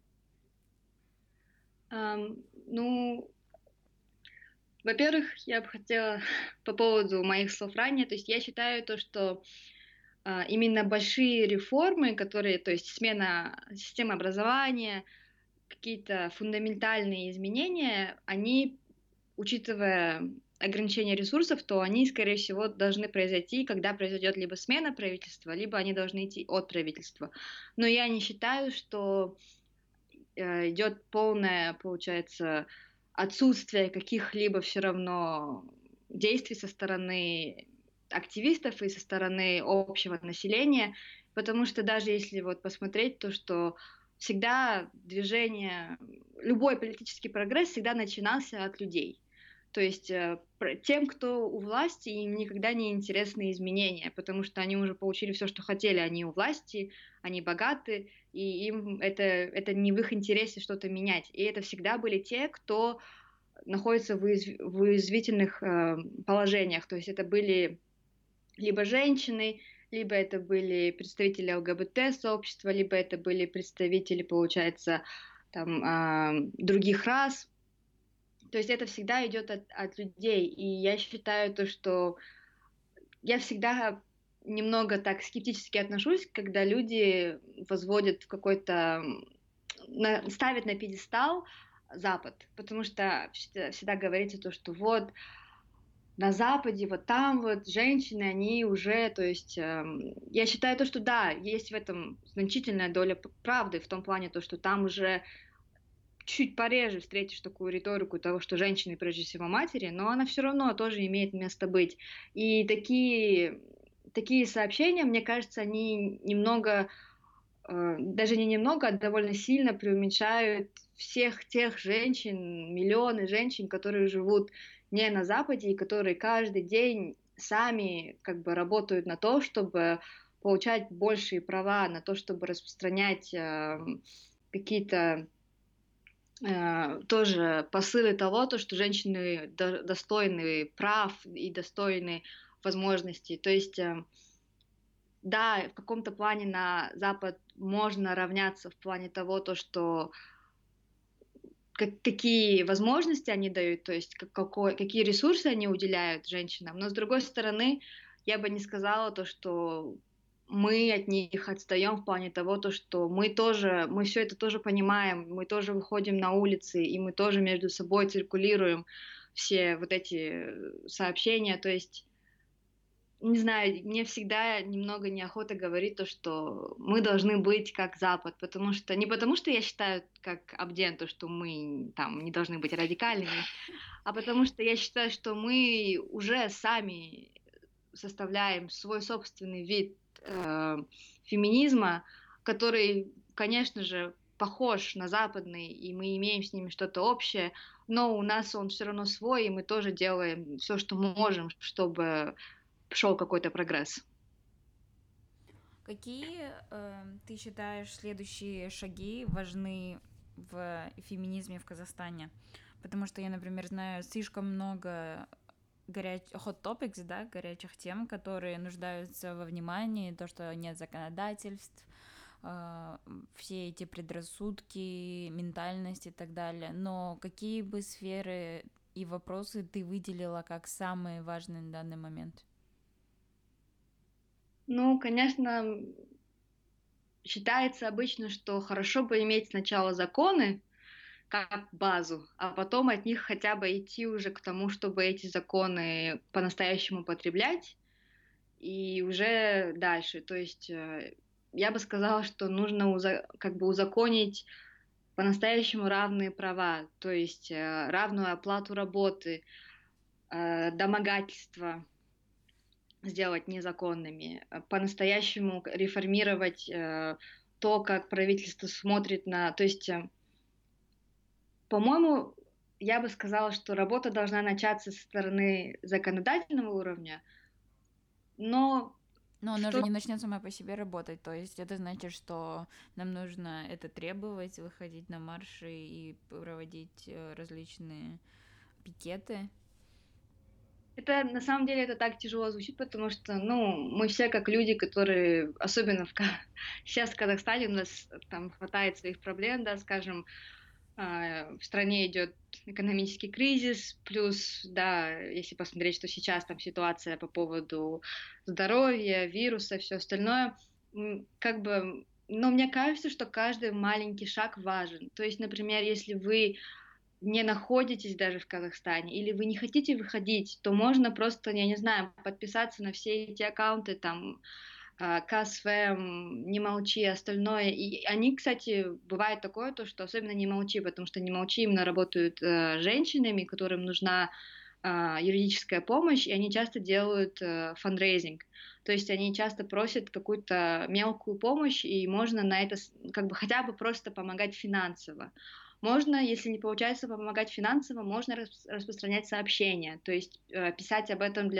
Ну, во-первых, я бы хотела по поводу моих слов ранее, то есть я считаю то, что именно большие реформы, которые, то есть смена системы образования, какие-то фундаментальные изменения, они, учитывая ограничение ресурсов, то они, скорее всего, должны произойти, когда произойдет либо смена правительства, либо они должны идти от правительства. Но я не считаю, что идет полное, получается, отсутствие каких-либо все равно действий со стороны активистов и со стороны общего населения, потому что даже если вот посмотреть то, что всегда движение, любой политический прогресс всегда начинался от людей. То есть тем, кто у власти, им никогда не интересны изменения, потому что они уже получили все, что хотели, они у власти, они богаты, и им это не в их интересе что-то менять. И это всегда были те, кто находится в уязвительных положениях. То есть это были либо женщины, либо это были представители ЛГБТ-сообщества, либо это были представители, получается, там, других рас. То есть это всегда идет от людей. И я считаю то, что я всегда немного так скептически отношусь, когда люди возводят в какой-то, ставят на пьедестал Запад, потому что всегда говорится то, что вот на Западе, вот там вот женщины, они уже, то есть, я считаю то, что да, есть в этом значительная доля правды, в том плане то, что там уже чуть пореже встретишь такую риторику того, что женщины прежде всего матери, но она все равно тоже имеет место быть. И такие сообщения, мне кажется, они немного, даже не немного, а довольно сильно преуменьшают всех тех женщин, миллионы женщин, которые живут не на Западе и которые каждый день сами как бы работают на то, чтобы получать большие права, на то, чтобы распространять какие-то тоже посылы того, то, что женщины достойны прав и достойны возможностей. То есть, да, в каком-то плане на Запад можно равняться в плане того, то, что какие возможности они дают, то есть какие ресурсы они уделяют женщинам. Но с другой стороны, я бы не сказала то, что мы от них отстаем в плане того, то, что мы все это тоже понимаем, мы тоже выходим на улицы, и мы тоже между собой циркулируем все вот эти сообщения. То есть не знаю, мне всегда немного неохота говорить то, что мы должны быть как Запад, потому что не потому что я считаю, как Абден, то, что мы там не должны быть радикальными, а потому что я считаю, что мы уже сами составляем свой собственный вид феминизма, который, конечно же, похож на западный, и мы имеем с ними что-то общее, но у нас он все равно свой, и мы тоже делаем все, что можем, чтобы шел какой-то прогресс. Какие ты считаешь следующие шаги важны в феминизме в Казахстане? Потому что я, например, знаю слишком много hot topics, да, горячих тем, которые нуждаются во внимании, то, что нет законодательств, все эти предрассудки, ментальность и так далее. Но какие бы сферы и вопросы ты выделила как самые важные на данный момент? Ну, конечно, считается обычно, что хорошо бы иметь сначала законы как базу, а потом от них хотя бы идти уже к тому, чтобы эти законы по-настоящему потреблять, и уже дальше. То есть я бы сказала, что нужно как бы узаконить по-настоящему равные права, то есть равную оплату работы, домогательства сделать незаконными, по-настоящему реформировать то, как правительство смотрит на... То есть, по-моему, я бы сказала, что работа должна начаться со стороны законодательного уровня, но Но оно же что... не начнет сама по себе работать, то есть это значит, что нам нужно это требовать, выходить на марши и проводить различные пикеты. Это на самом деле это так тяжело звучит, потому что, ну, мы все как люди, которые, особенно сейчас в Казахстане у нас там хватает своих проблем, да, скажем, в стране идет экономический кризис, плюс, да, если посмотреть, что сейчас там ситуация по поводу здоровья, вируса, все остальное, как бы, но мне кажется, что каждый маленький шаг важен. То есть, например, если вы не находитесь даже в Казахстане или вы не хотите выходить, то можно просто, я не знаю, подписаться на все эти аккаунты, там, КСФМ, Не молчи, остальное. И они, кстати, бывает такое, то, что особенно Не молчи, потому что Не молчи именно работают женщинами, которым нужна юридическая помощь, и они часто делают фандрейзинг. То есть они часто просят какую-то мелкую помощь, и можно на это как бы хотя бы просто помогать финансово. Можно, если не получается помогать финансово, можно распространять сообщения, то есть писать об этом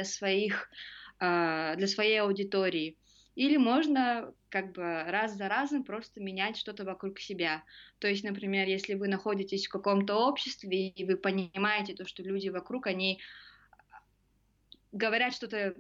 для своей аудитории. Или можно как бы раз за разом просто менять что-то вокруг себя. То есть, например, если вы находитесь в каком-то обществе, и вы понимаете то, что люди вокруг, они говорят что-то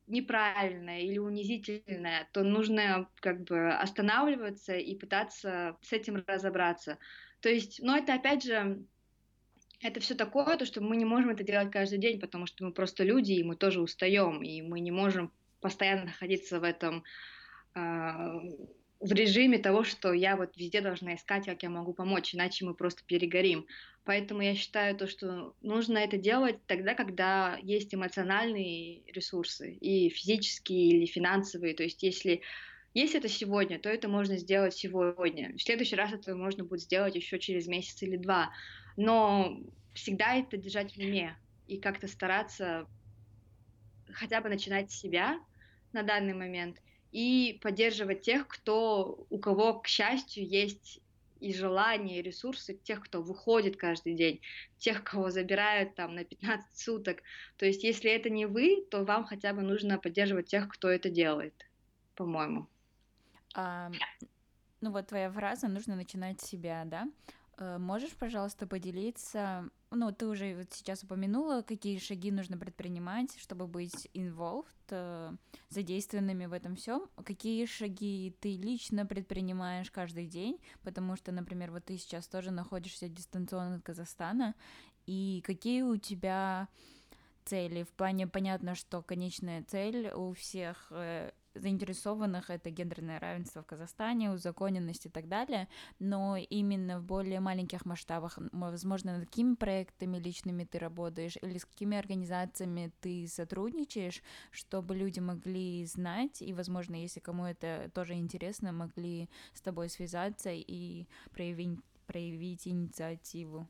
неправильное или унизительное, то нужно как бы останавливаться и пытаться с этим разобраться. То есть, но это опять же, это все такое, то, что мы не можем это делать каждый день, потому что мы просто люди, и мы тоже устаем, и мы не можем постоянно находиться в этом а, в режиме того, что я вот везде должна искать, как я могу помочь, иначе мы просто перегорим. Поэтому я считаю то, что нужно это делать тогда, когда есть эмоциональные ресурсы, и физические или финансовые. То есть если это сегодня, то это можно сделать сегодня. В следующий раз это можно будет сделать еще через месяц или два. Но всегда это держать в уме и как-то стараться хотя бы начинать с себя на данный момент и поддерживать тех, у кого, к счастью, есть и желание, и ресурсы, тех, кто выходит каждый день, тех, кого забирают там на 15 суток. То есть, если это не вы, то вам хотя бы нужно поддерживать тех, кто это делает, по-моему. А, ну вот твоя фраза «нужно начинать с себя», да? Можешь, пожалуйста, поделиться, ну, ты уже вот сейчас упомянула, какие шаги нужно предпринимать, чтобы быть involved, задействованными в этом всем. Какие шаги ты лично предпринимаешь каждый день, потому что, например, вот ты сейчас тоже находишься дистанционно от Казахстана, и какие у тебя цели? В плане, понятно, что конечная цель у всех заинтересованных — это гендерное равенство в Казахстане, узаконенность и так далее, но именно в более маленьких масштабах, возможно, над какими проектами личными ты работаешь или с какими организациями ты сотрудничаешь, чтобы люди могли знать и, возможно, если кому это тоже интересно, могли с тобой связаться и проявить инициативу.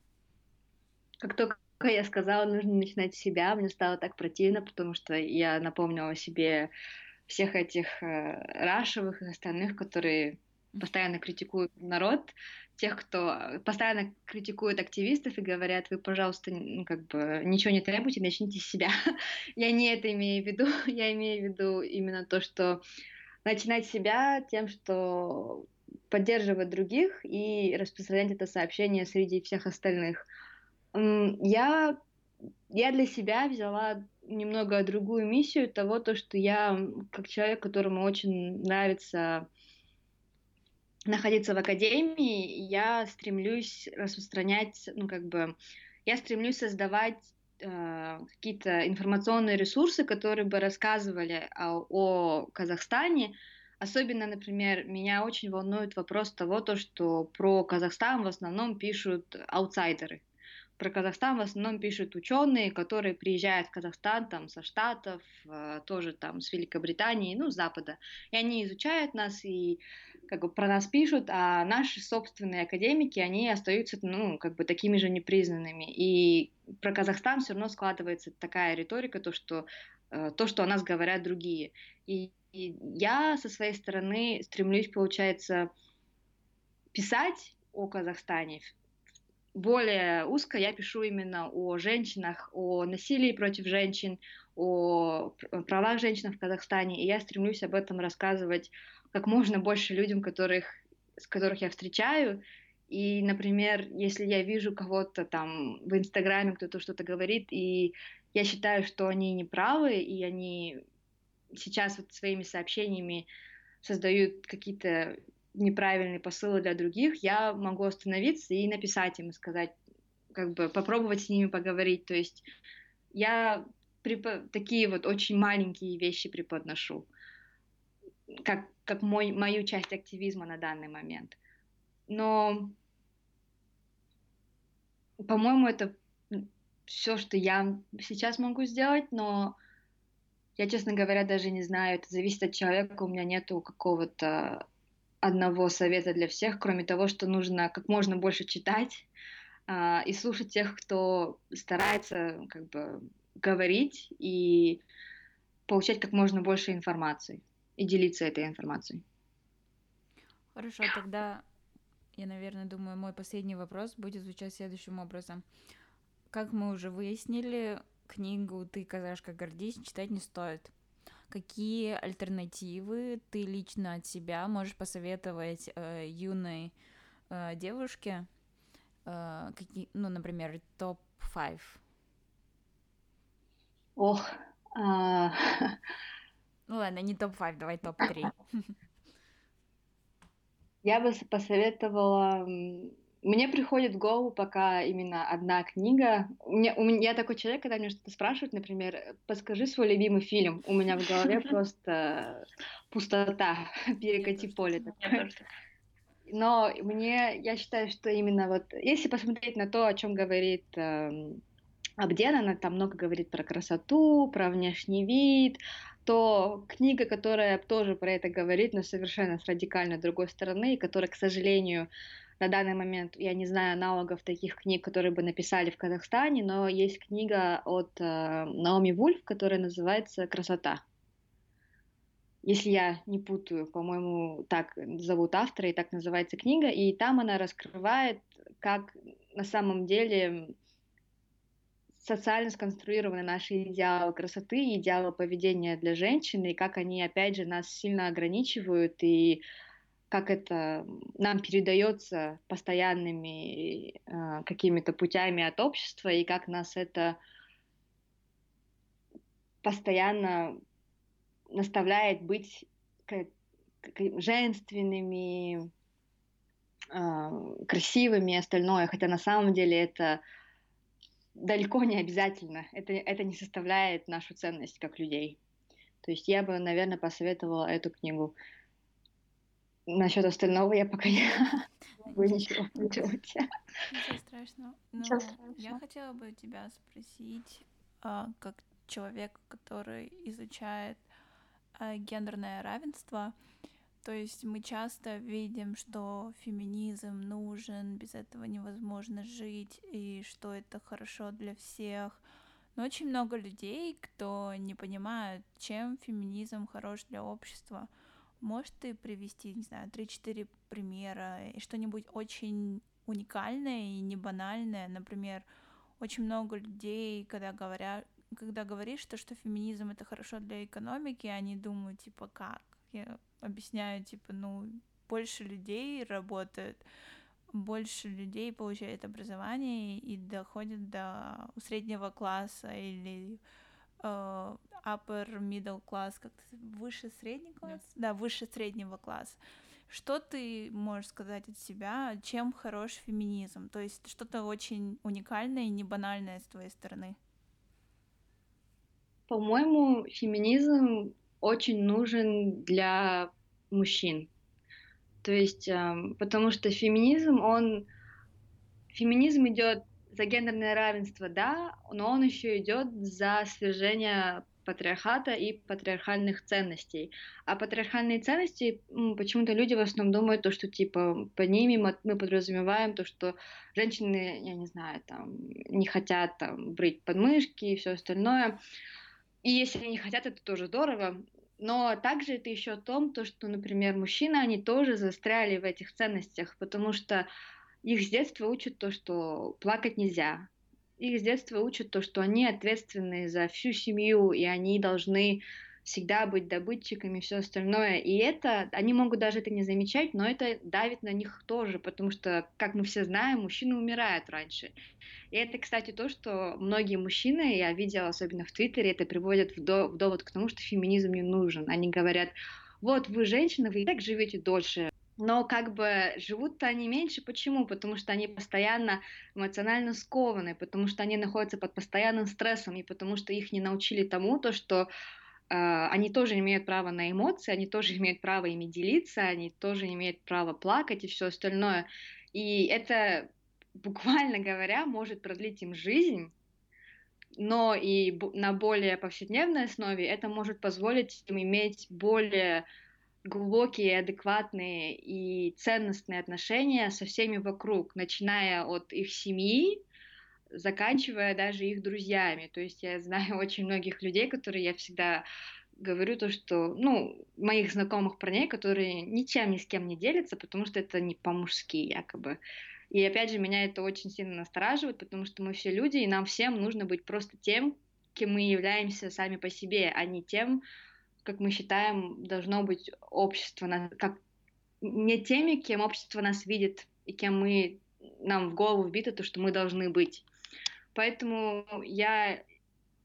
Как только я сказала, нужно начинать с себя, мне стало так противно, потому что я напомнила себе всех этих Рашевых и остальных, которые постоянно критикуют народ, тех, кто постоянно критикует активистов и говорят: вы, пожалуйста, ну, как бы ничего не требуйте, начните с себя. Я не это имею в виду, я имею в виду именно то, что начинать с себя тем, что поддерживать других и распространять это сообщение среди всех остальных. Я для себя взяла немного другую миссию того, то, что я, как человек, которому очень нравится находиться в академии, я стремлюсь распространять, ну, как бы, я стремлюсь создавать какие-то информационные ресурсы, которые бы рассказывали о Казахстане. Особенно, например, меня очень волнует вопрос того, то, что про Казахстан в основном пишут аутсайдеры. Про Казахстан в основном пишут ученые, которые приезжают в Казахстан там со Штатов, тоже там с Великобритании, ну, с Запада. И они изучают нас и как бы про нас пишут, а наши собственные академики, они остаются, ну, как бы такими же непризнанными. И про Казахстан все равно складывается такая риторика, то, что о нас говорят другие. И я со своей стороны стремлюсь, получается, писать о Казахстане. Более узко я пишу именно о женщинах, о насилии против женщин, о правах женщин в Казахстане, и я стремлюсь об этом рассказывать как можно больше людям, с которых я встречаю. И, например, если я вижу кого-то там в Инстаграме, кто-то что-то говорит, и я считаю, что они неправы, и они сейчас вот своими сообщениями создают какие-то неправильные посылы для других, я могу остановиться и написать им, и сказать, как бы попробовать с ними поговорить. То есть я такие вот очень маленькие вещи преподношу, как мою часть активизма на данный момент. Но, по-моему, это все, что я сейчас могу сделать, но я, честно говоря, даже не знаю, это зависит от человека, у меня нету какого-то одного совета для всех, кроме того, что нужно как можно больше читать и слушать тех, кто старается как бы говорить и получать как можно больше информации и делиться этой информацией. Хорошо, тогда я, наверное, думаю, мой последний вопрос будет звучать следующим образом. Как мы уже выяснили, книгу «Ты, казашка, гордись» читать не стоит. Какие альтернативы ты лично от себя можешь посоветовать юной девушке? Ну, например, топ-5. Ох, А, Ну ладно, не топ-5, давай топ-3. Я бы посоветовала... Мне приходит в голову пока именно одна книга. Я такой человек, когда меня что-то спрашивают, например, подскажи свой любимый фильм. У меня в голове просто пустота, перекати поле такое. Но я считаю, что именно вот, если посмотреть на то, о чем говорит Абден, она там много говорит про красоту, про внешний вид, то книга, которая тоже про это говорит, но совершенно с радикально другой стороны, и которая, к сожалению, на данный момент я не знаю аналогов таких книг, которые бы написали в Казахстане, но есть книга от Наоми Вульф, которая называется «Красота». Если я не путаю, по-моему, так зовут автора и так называется книга, и там она раскрывает, как на самом деле социально сконструированы наши идеалы красоты и идеалы поведения для женщины, и как они, опять же, нас сильно ограничивают, и как это нам передается постоянными какими-то путями от общества, и как нас это постоянно наставляет быть женственными, красивыми и остальное, хотя на самом деле это далеко не обязательно, это не составляет нашу ценность как людей. То есть я бы, наверное, посоветовала эту книгу. Насчет остального я пока не могу ничего придумать. Ничего страшного. Но я хотела бы тебя спросить, как человек, который изучает гендерное равенство, то есть мы часто видим, что феминизм нужен, без этого невозможно жить, и что это хорошо для всех. Но очень много людей, кто не понимает, чем феминизм хорош для общества. Можешь ты привести, не знаю, 3-4 примера и что-нибудь очень уникальное и не банальное? Например, очень много людей, когда говоришь, что феминизм это хорошо для экономики, они думают, типа, как? Я объясняю, типа, ну, больше людей работают, больше людей получают образование и доходят до среднего класса или upper middle class, как-то выше средний класс? Да, выше среднего класса. Что ты можешь сказать от себя, чем хорош феминизм? То есть что-то очень уникальное и не банальное с твоей стороны. По-моему, феминизм очень нужен для мужчин. То есть, потому что феминизм идет за гендерное равенство, да, но он еще идет за свержение патриархата и патриархальных ценностей. А патриархальные ценности, почему-то люди в основном думают то, что типа под ними мы подразумеваем то, что женщины, я не знаю, там не хотят там брить подмышки и все остальное. И если они хотят, это тоже здорово. Но также это еще о том, то, что, например, мужчины, они тоже застряли в этих ценностях, потому что их с детства учат то, что плакать нельзя. Их с детства учат то, что они ответственны за всю семью, и они должны всегда быть добытчиками и все остальное. И это, они могут даже это не замечать, но это давит на них тоже, потому что, как мы все знаем, мужчины умирают раньше. И это, кстати, то, что многие мужчины, я видела, особенно в Твиттере, это приводят в довод к тому, что феминизм не нужен. Они говорят, вот вы женщины, вы и так живете дольше, но как бы живут-то они меньше. Почему? Потому что они постоянно эмоционально скованы, потому что они находятся под постоянным стрессом, и потому что их не научили тому, то, что они тоже имеют право на эмоции, они тоже имеют право ими делиться, они тоже имеют право плакать и все остальное. И это, буквально говоря, может продлить им жизнь, но и на более повседневной основе это может позволить им иметь более глубокие, адекватные и ценностные отношения со всеми вокруг, начиная от их семьи, заканчивая даже их друзьями. То есть я знаю очень многих людей, которые я всегда говорю то, что, ну, моих знакомых парней, которые ничем ни с кем не делятся, потому что это не по-мужски якобы. И опять же, меня это очень сильно настораживает, потому что мы все люди, и нам всем нужно быть просто тем, кем мы являемся сами по себе, а не тем, как мы считаем, должно быть общество, как не теми, кем общество нас видит и кем нам в голову вбито то, что мы должны быть. Поэтому я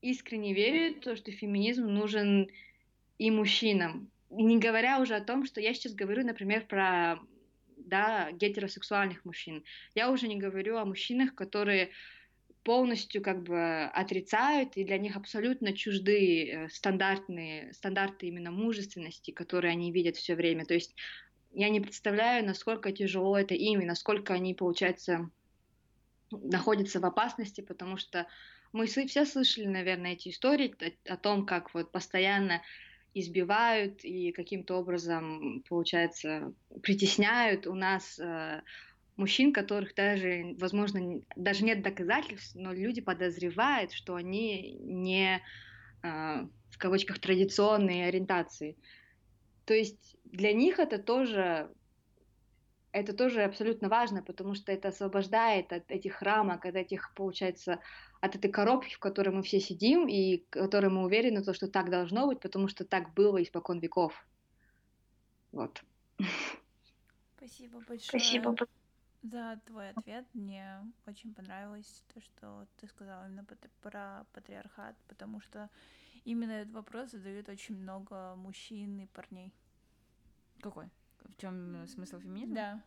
искренне верю, то, что феминизм нужен и мужчинам. Не говоря уже о том, что я сейчас говорю, например, про гетеросексуальных мужчин. Я уже не говорю о мужчинах, которые полностью как бы отрицают, и для них абсолютно чужды стандарты именно мужественности, которые они видят все время. То есть я не представляю, насколько тяжело это им, и насколько они, получается, находятся в опасности, потому что мы все слышали, наверное, эти истории о том, как вот постоянно избивают и каким-то образом, получается, притесняют у нас мужчин, которых даже, возможно, даже нет доказательств, но люди подозревают, что они не, в кавычках, традиционные ориентации. То есть для них это тоже абсолютно важно, потому что это освобождает от этих рамок, от этих, получается, от этой коробки, в которой мы все сидим, и в которой мы уверены, что так должно быть, потому что так было испокон веков. Вот. Спасибо большое за твой ответ. Мне очень понравилось то, что ты сказала именно про патриархат, потому что именно этот вопрос задают очень много мужчин и парней. Какой? В чем смысл феминизма? Да.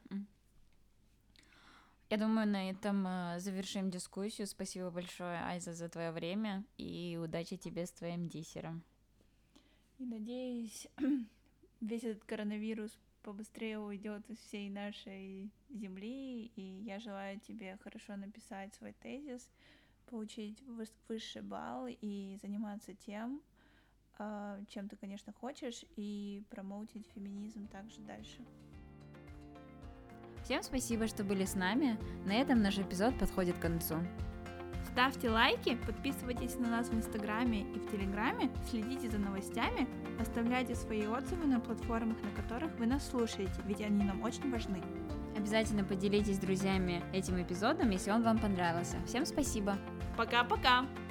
Я думаю, на этом завершим дискуссию. Спасибо большое, Айза, за твое время, и удачи тебе с твоим диссером. И надеюсь, весь этот коронавирус побыстрее уйдет из всей нашей земли, и я желаю тебе хорошо написать свой тезис, получить высший балл и заниматься тем, чем ты, конечно, хочешь, и промоутить феминизм также дальше. Всем спасибо, что были с нами. На этом наш эпизод подходит к концу. Ставьте лайки, подписывайтесь на нас в Инстаграме и в Телеграме, следите за новостями, оставляйте свои отзывы на платформах, на которых вы нас слушаете, ведь они нам очень важны. Обязательно поделитесь с друзьями этим эпизодом, если он вам понравился. Всем спасибо. Пока-пока!